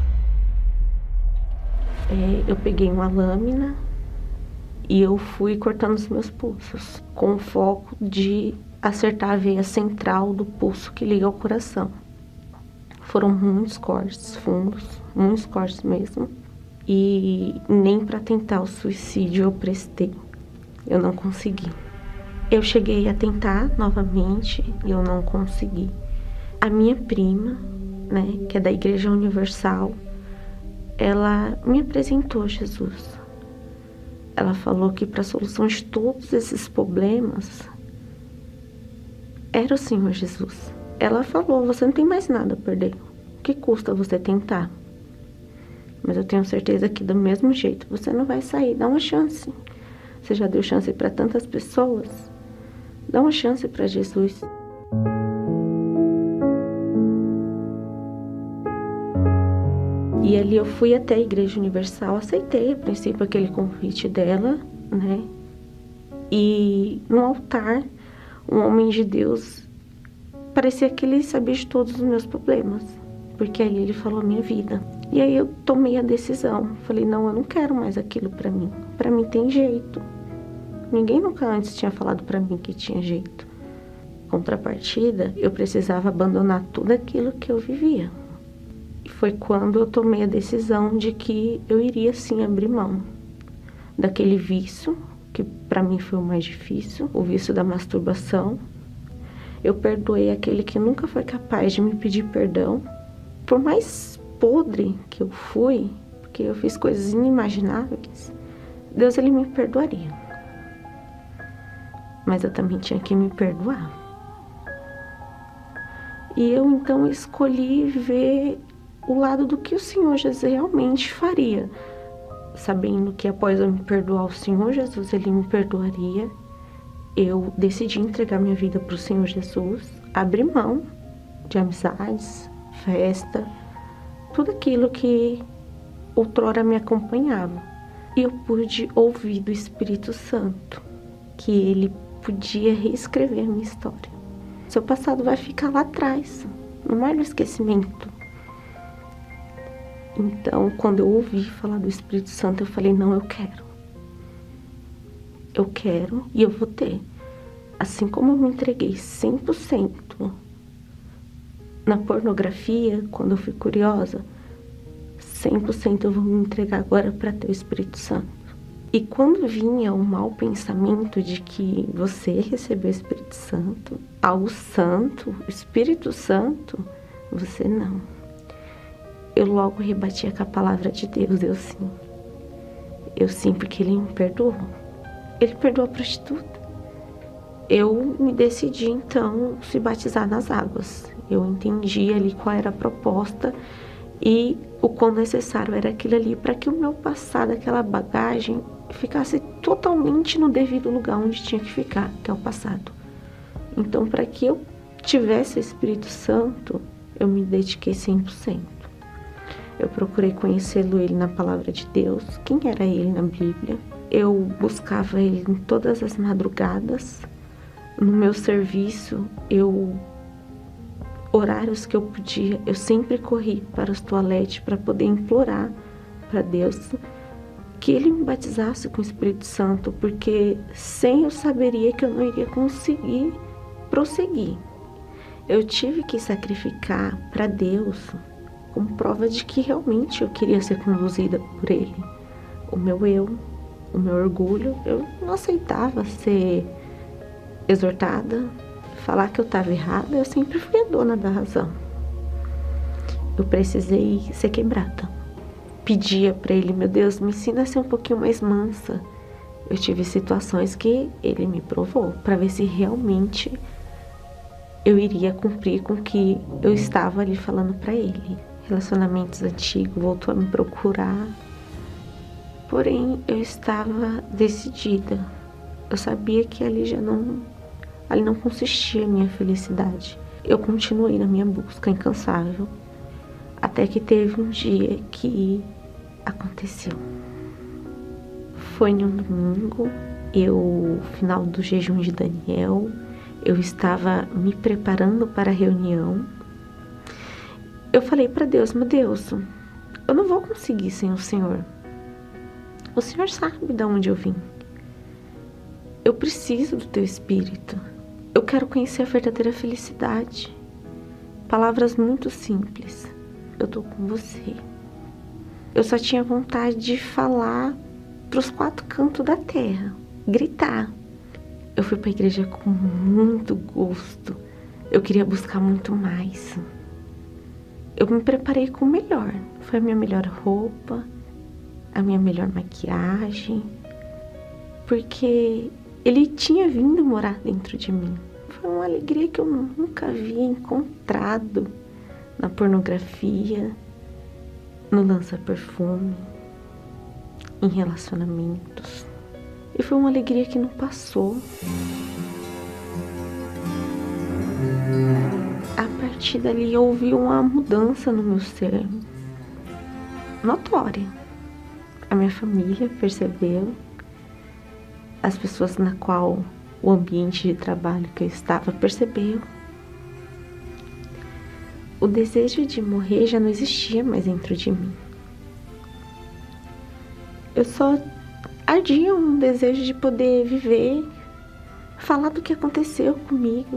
Eu peguei uma lâmina e eu fui cortando os meus pulsos, com o foco de acertar a veia central do pulso que liga ao coração. Foram muitos cortes fundos, muitos cortes mesmo. E nem para tentar o suicídio eu prestei. Eu não consegui. Eu cheguei a tentar novamente e eu não consegui. A minha prima, né, que é da Igreja Universal, ela me apresentou Jesus. Ela falou que para a solução de todos esses problemas era o Senhor Jesus. Ela falou, você não tem mais nada a perder. O que custa você tentar? Mas eu tenho certeza que do mesmo jeito você não vai sair. Dá uma chance. Você já deu chance para tantas pessoas. Dá uma chance para Jesus. E ali eu fui até a Igreja Universal, aceitei a princípio aquele convite dela, né? E no altar, um homem de Deus, parecia que ele sabia de todos os meus problemas, porque ali ele falou a minha vida. E aí eu tomei a decisão, falei, não, eu não quero mais aquilo para mim tem jeito. Ninguém nunca antes tinha falado para mim que tinha jeito. Contrapartida, eu precisava abandonar tudo aquilo que eu vivia. E foi quando eu tomei a decisão de que eu iria sim abrir mão daquele vício, que para mim foi o mais difícil, o vício da masturbação. Eu perdoei aquele que nunca foi capaz de me pedir perdão. Por mais podre que eu fui, porque eu fiz coisas inimagináveis, Deus, ele me perdoaria. Mas eu também tinha que me perdoar. E eu então escolhi ver o lado do que o Senhor Jesus realmente faria, sabendo que após eu me perdoar o Senhor Jesus, ele me perdoaria. Eu decidi entregar minha vida para o Senhor Jesus, abrir mão de amizades, festa, tudo aquilo que outrora me acompanhava. E eu pude ouvir do Espírito Santo que ele podia reescrever a minha história. Seu passado vai ficar lá atrás, não vai no esquecimento. Então, quando eu ouvi falar do Espírito Santo, eu falei, não, eu quero. Eu quero e eu vou ter. Assim como eu me entreguei 100% na pornografia, quando eu fui curiosa, 100% eu vou me entregar agora para ter o Espírito Santo. E quando vinha o mau pensamento de que você recebeu o Espírito Santo, algo santo, o Espírito Santo, você não. Eu logo rebatia com a palavra de Deus, eu sim. Eu sim, porque ele me perdoou. Ele perdoou a prostituta. Eu me decidi, então, se batizar nas águas. Eu entendi ali qual era a proposta e o quão necessário era aquilo ali para que o meu passado, aquela bagagem, ficasse totalmente no devido lugar onde tinha que ficar, que é o passado. Então, para que eu tivesse o Espírito Santo, eu me dediquei 100%. Eu procurei conhecê-lo, ele na palavra de Deus, quem era ele na Bíblia. Eu buscava ele em todas as madrugadas. No meu serviço, horários que eu podia, eu sempre corri para os toaletes para poder implorar para Deus que ele me batizasse com o Espírito Santo, porque sem eu saberia que eu não iria conseguir prosseguir. Eu tive que sacrificar para Deus como prova de que realmente eu queria ser conduzida por ele. O meu eu, o meu orgulho, eu não aceitava ser exortada, falar que eu estava errada, eu sempre fui a dona da razão. Eu precisei ser quebrada. Pedia para ele, meu Deus, me ensina a ser um pouquinho mais mansa. Eu tive situações que ele me provou, para ver se realmente eu iria cumprir com o que eu estava ali falando para ele. Relacionamentos antigos, voltou a me procurar. Porém, eu estava decidida. Eu sabia que ali não consistia a minha felicidade. Eu continuei na minha busca incansável, até que teve um dia que aconteceu. Foi no domingo, final do jejum de Daniel, eu estava me preparando para a reunião. Eu falei para Deus, meu Deus, eu não vou conseguir sem o Senhor. O Senhor sabe de onde eu vim. Eu preciso do Teu Espírito. Eu quero conhecer a verdadeira felicidade. Palavras muito simples. Eu tô com você. Eu só tinha vontade de falar para os 4 cantos da terra, gritar. Eu fui para a igreja com muito gosto. Eu queria buscar muito mais. eu me preparei com o melhor. Foi a minha melhor roupa, a minha melhor maquiagem, porque ele tinha vindo morar dentro de mim. Foi uma alegria que eu nunca havia encontrado na pornografia, no lança-perfume, em relacionamentos. E foi uma alegria que não passou. A partir dali houve uma mudança no meu ser, notória. A minha família percebeu, as pessoas na qual o ambiente de trabalho que eu estava percebeu. O desejo de morrer já não existia mais dentro de mim. Eu só ardia um desejo de poder viver, falar do que aconteceu comigo.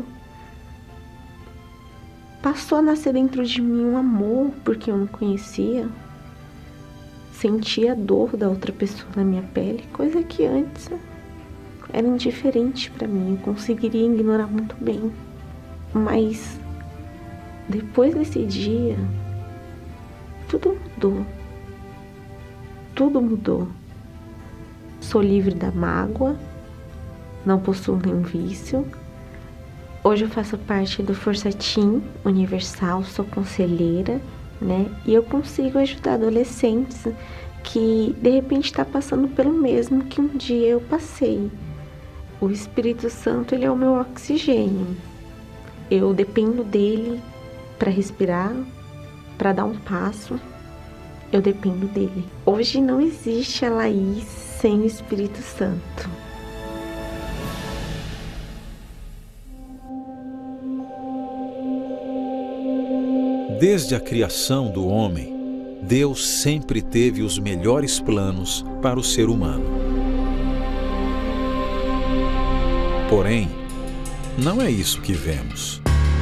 Passou a nascer dentro de mim um amor porque eu não conhecia. Sentia a dor da outra pessoa na minha pele, coisa que antes era indiferente para mim, eu conseguiria ignorar muito bem. Mas depois desse dia, tudo mudou. Tudo mudou. Sou livre da mágoa, não possuo nenhum vício. Hoje eu faço parte do Força Team Universal, sou conselheira, né? E eu consigo ajudar adolescentes que de repente está passando pelo mesmo que um dia eu passei. O Espírito Santo, ele é o meu oxigênio. Eu dependo dele para respirar, para dar um passo. Eu dependo dele. Hoje não existe a Laís sem o Espírito Santo. Desde a criação do homem, Deus sempre teve os melhores planos para o ser humano. Porém, não é isso que vemos.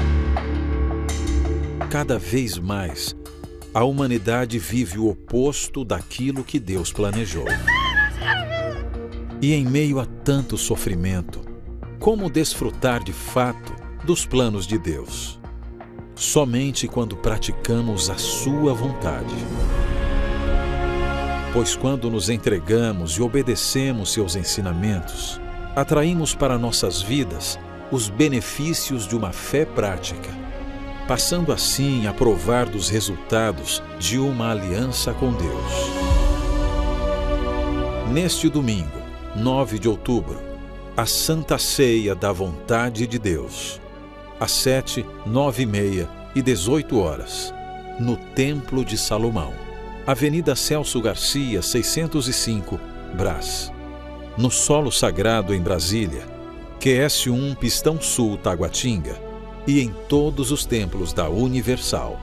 Cada vez mais, a humanidade vive o oposto daquilo que Deus planejou. E em meio a tanto sofrimento, como desfrutar de fato dos planos de Deus? Somente quando praticamos a sua vontade. Pois quando nos entregamos e obedecemos seus ensinamentos, atraímos para nossas vidas os benefícios de uma fé prática, passando assim a provar dos resultados de uma aliança com Deus. Neste domingo, 9 de outubro, a Santa Ceia da Vontade de Deus, às 7, 9h30 e 18h, no Templo de Salomão, Avenida Celso Garcia, 605, Brás. No Solo Sagrado, em Brasília, QS1 Pistão Sul, Taguatinga, e em todos os templos da Universal.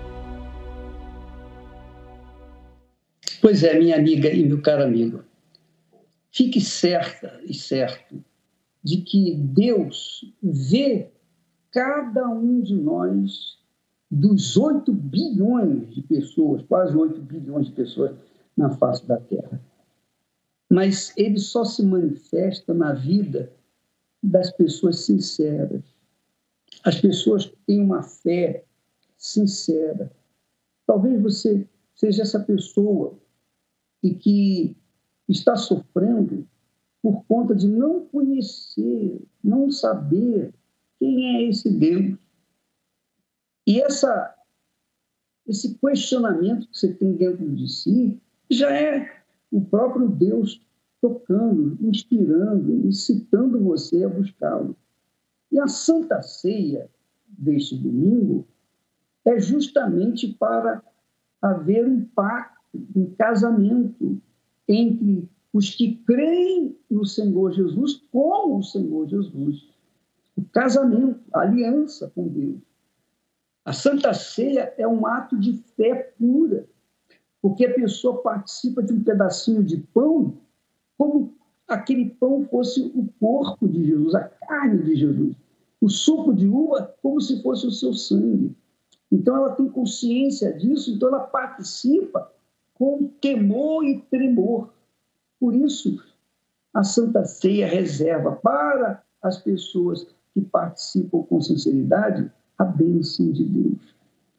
Pois é, minha amiga e meu caro amigo, fique certa e certo de que Deus vê cada um de nós, dos 8 bilhões de pessoas, quase 8 bilhões de pessoas na face da Terra. Mas ele só se manifesta na vida das pessoas sinceras. As pessoas que têm uma fé sincera. Talvez você seja essa pessoa e que está sofrendo por conta de não conhecer, não saber quem é esse Deus. E esse questionamento que você tem dentro de si já é o próprio Deus tocando, inspirando, incitando você a buscá-lo. E a Santa Ceia deste domingo é justamente para haver um pacto, um casamento entre os que creem no Senhor Jesus com o Senhor Jesus. O casamento, a aliança com Deus. A Santa Ceia é um ato de fé pura, porque a pessoa participa de um pedacinho de pão como aquele pão fosse o corpo de Jesus, a carne de Jesus. O suco de uva como se fosse o seu sangue. Então ela tem consciência disso, então ela participa com temor e tremor. Por isso, a Santa Ceia reserva para as pessoas que participam com sinceridade a bênção de Deus.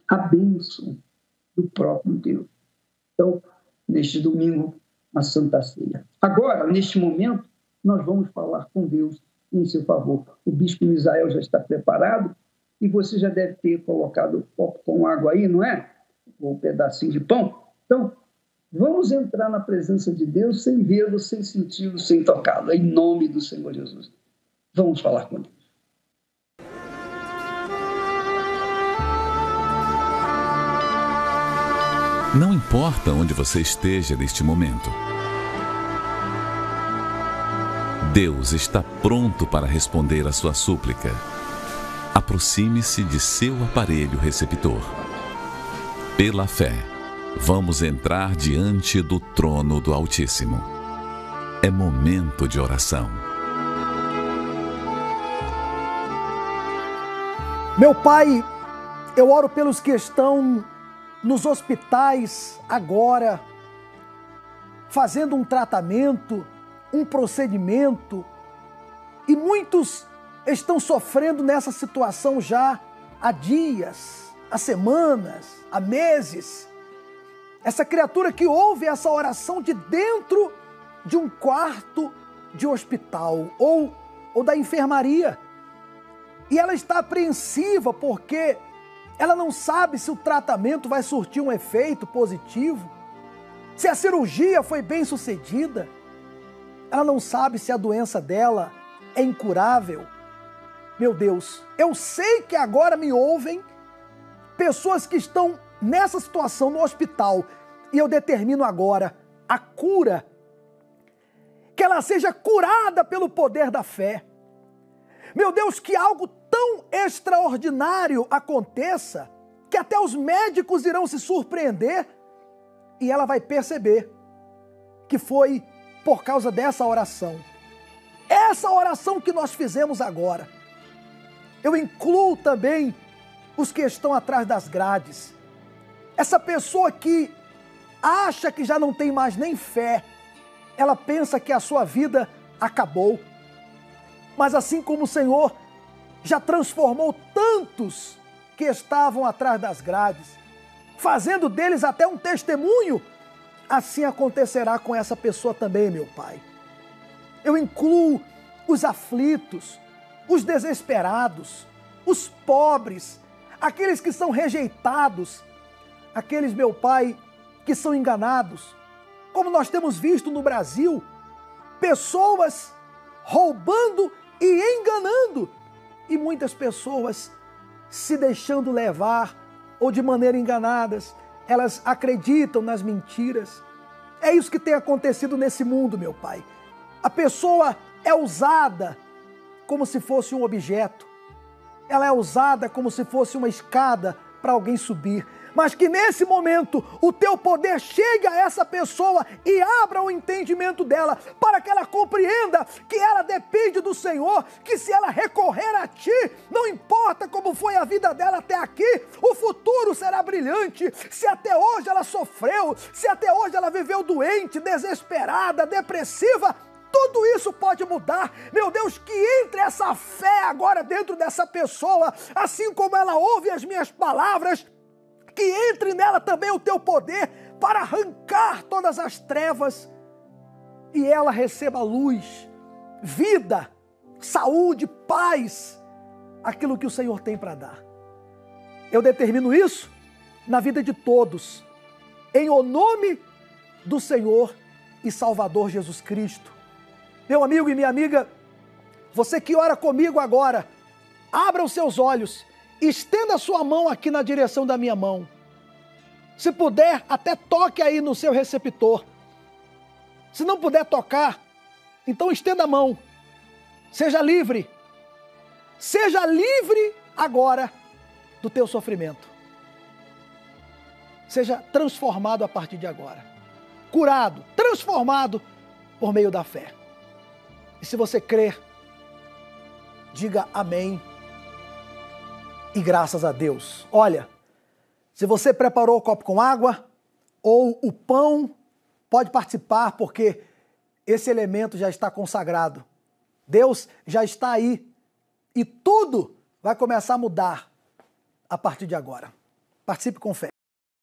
a bênção do próprio Deus. Então, neste domingo, a Santa Ceia. Agora, neste momento, nós vamos falar com Deus em seu favor. O bispo Misael já está preparado e você já deve ter colocado o copo com água aí, não é? Ou um pedacinho de pão. Então, vamos entrar na presença de Deus sem vê-lo, sem senti-lo, sem tocá-lo, em nome do Senhor Jesus. Vamos falar com Deus. Não importa onde você esteja neste momento, Deus está pronto para responder a sua súplica. Aproxime-se de seu aparelho receptor. Pela fé, vamos entrar diante do trono do Altíssimo. É momento de oração. Meu Pai, eu oro pelos que estão nos hospitais agora, fazendo um tratamento, um procedimento, e muitos estão sofrendo nessa situação já há dias, há semanas, há meses. Essa criatura que ouve essa oração de dentro de um quarto de hospital ou da enfermaria, e ela está apreensiva porque ela não sabe se o tratamento vai surtir um efeito positivo, se a cirurgia foi bem sucedida. Ela não sabe se a doença dela é incurável. Meu Deus, eu sei que agora me ouvem pessoas que estão nessa situação no hospital e eu determino agora a cura, que ela seja curada pelo poder da fé. Meu Deus, que algo tão extraordinário aconteça que até os médicos irão se surpreender e ela vai perceber que foi por causa dessa oração. Essa oração que nós fizemos agora. Eu incluo também os que estão atrás das grades. Essa pessoa que acha que já não tem mais nem fé, ela pensa que a sua vida acabou. Mas assim como o Senhor já transformou tantos que estavam atrás das grades, fazendo deles até um testemunho, assim acontecerá com essa pessoa também, meu Pai. Eu incluo os aflitos, os desesperados, os pobres, aqueles que são rejeitados, aqueles, meu Pai, que são enganados. Como nós temos visto no Brasil, pessoas roubando e enganando, e muitas pessoas se deixando levar ou de maneira enganadas, elas acreditam nas mentiras. É isso que tem acontecido nesse mundo, meu Pai. A pessoa é usada como se fosse um objeto. Ela é usada como se fosse uma escada para alguém subir. Mas que nesse momento o teu poder chegue a essa pessoa e abra o entendimento dela para que ela compreenda que ela depende do Senhor, que se ela recorrer a Ti, não importa como foi a vida dela até aqui, o futuro será brilhante. Se até hoje ela sofreu, se até hoje ela viveu doente, desesperada, depressiva, tudo isso pode mudar. Meu Deus, que entre essa fé agora dentro dessa pessoa, assim como ela ouve as minhas palavras, que entre nela também o teu poder para arrancar todas as trevas e ela receba luz, vida, saúde, paz, aquilo que o Senhor tem para dar. Eu determino isso na vida de todos, em o nome do Senhor e Salvador Jesus Cristo. Meu amigo e minha amiga, você que ora comigo agora, abra os seus olhos, estenda a sua mão aqui na direção da minha mão. Se puder, até toque aí no seu receptor. Se não puder tocar, então estenda a mão. Seja livre. Seja livre agora do teu sofrimento. Seja transformado a partir de agora. Curado, transformado por meio da fé. E se você crer, diga amém. E graças a Deus. Olha, se você preparou o copo com água ou o pão, pode participar, porque esse elemento já está consagrado. Deus já está aí e tudo vai começar a mudar a partir de agora. Participe com fé.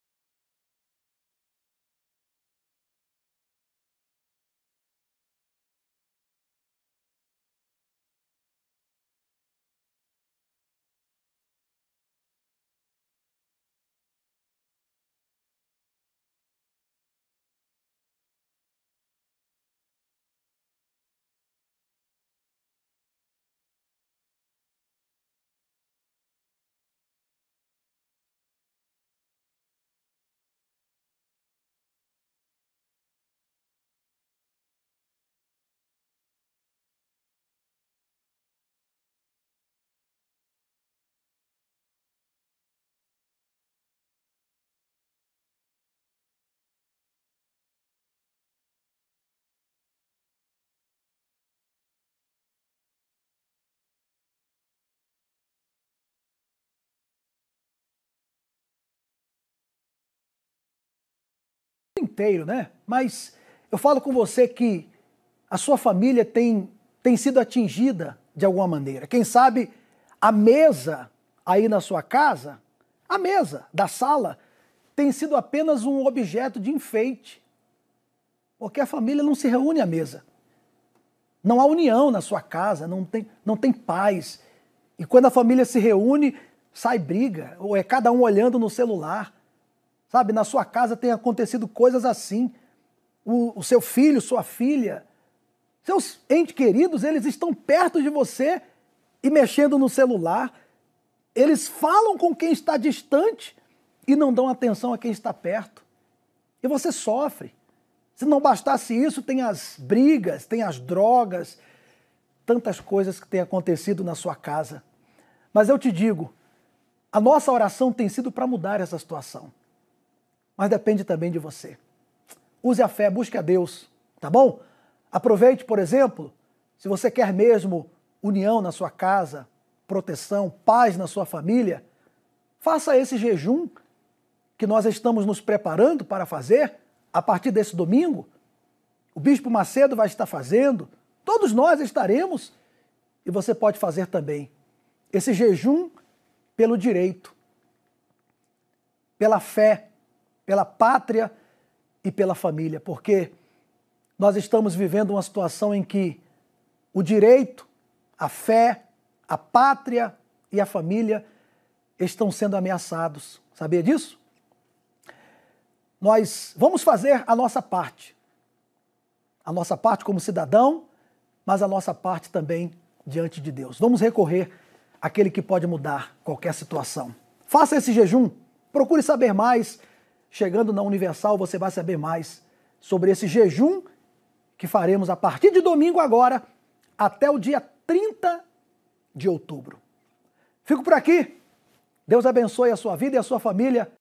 Inteiro, né? Mas eu falo com você que a sua família tem sido atingida de alguma maneira. Quem sabe a mesa aí na sua casa, a mesa da sala, tem sido apenas um objeto de enfeite. Porque a família não se reúne à mesa. Não há união na sua casa, não tem paz. E quando a família se reúne, sai briga, ou é cada um olhando no celular. Sabe, na sua casa tem acontecido coisas assim. O seu filho, sua filha, seus entes queridos, eles estão perto de você e mexendo no celular. Eles falam com quem está distante e não dão atenção a quem está perto. E você sofre. Se não bastasse isso, tem as brigas, tem as drogas, tantas coisas que têm acontecido na sua casa. Mas eu te digo, a nossa oração tem sido para mudar essa situação. Mas depende também de você. Use a fé, busque a Deus, tá bom? Aproveite, por exemplo, se você quer mesmo união na sua casa, proteção, paz na sua família, faça esse jejum que nós estamos nos preparando para fazer a partir desse domingo. O Bispo Macedo vai estar fazendo, todos nós estaremos, e você pode fazer também. Esse jejum pelo direito, pela fé, pela pátria e pela família, porque nós estamos vivendo uma situação em que o direito, a fé, a pátria e a família estão sendo ameaçados. Sabia disso? Nós vamos fazer a nossa parte como cidadão, mas a nossa parte também diante de Deus. Vamos recorrer àquele que pode mudar qualquer situação. Faça esse jejum, procure saber mais. Chegando na Universal, você vai saber mais sobre esse jejum que faremos a partir de domingo agora até o dia 30 de outubro. Fico por aqui. Deus abençoe a sua vida e a sua família.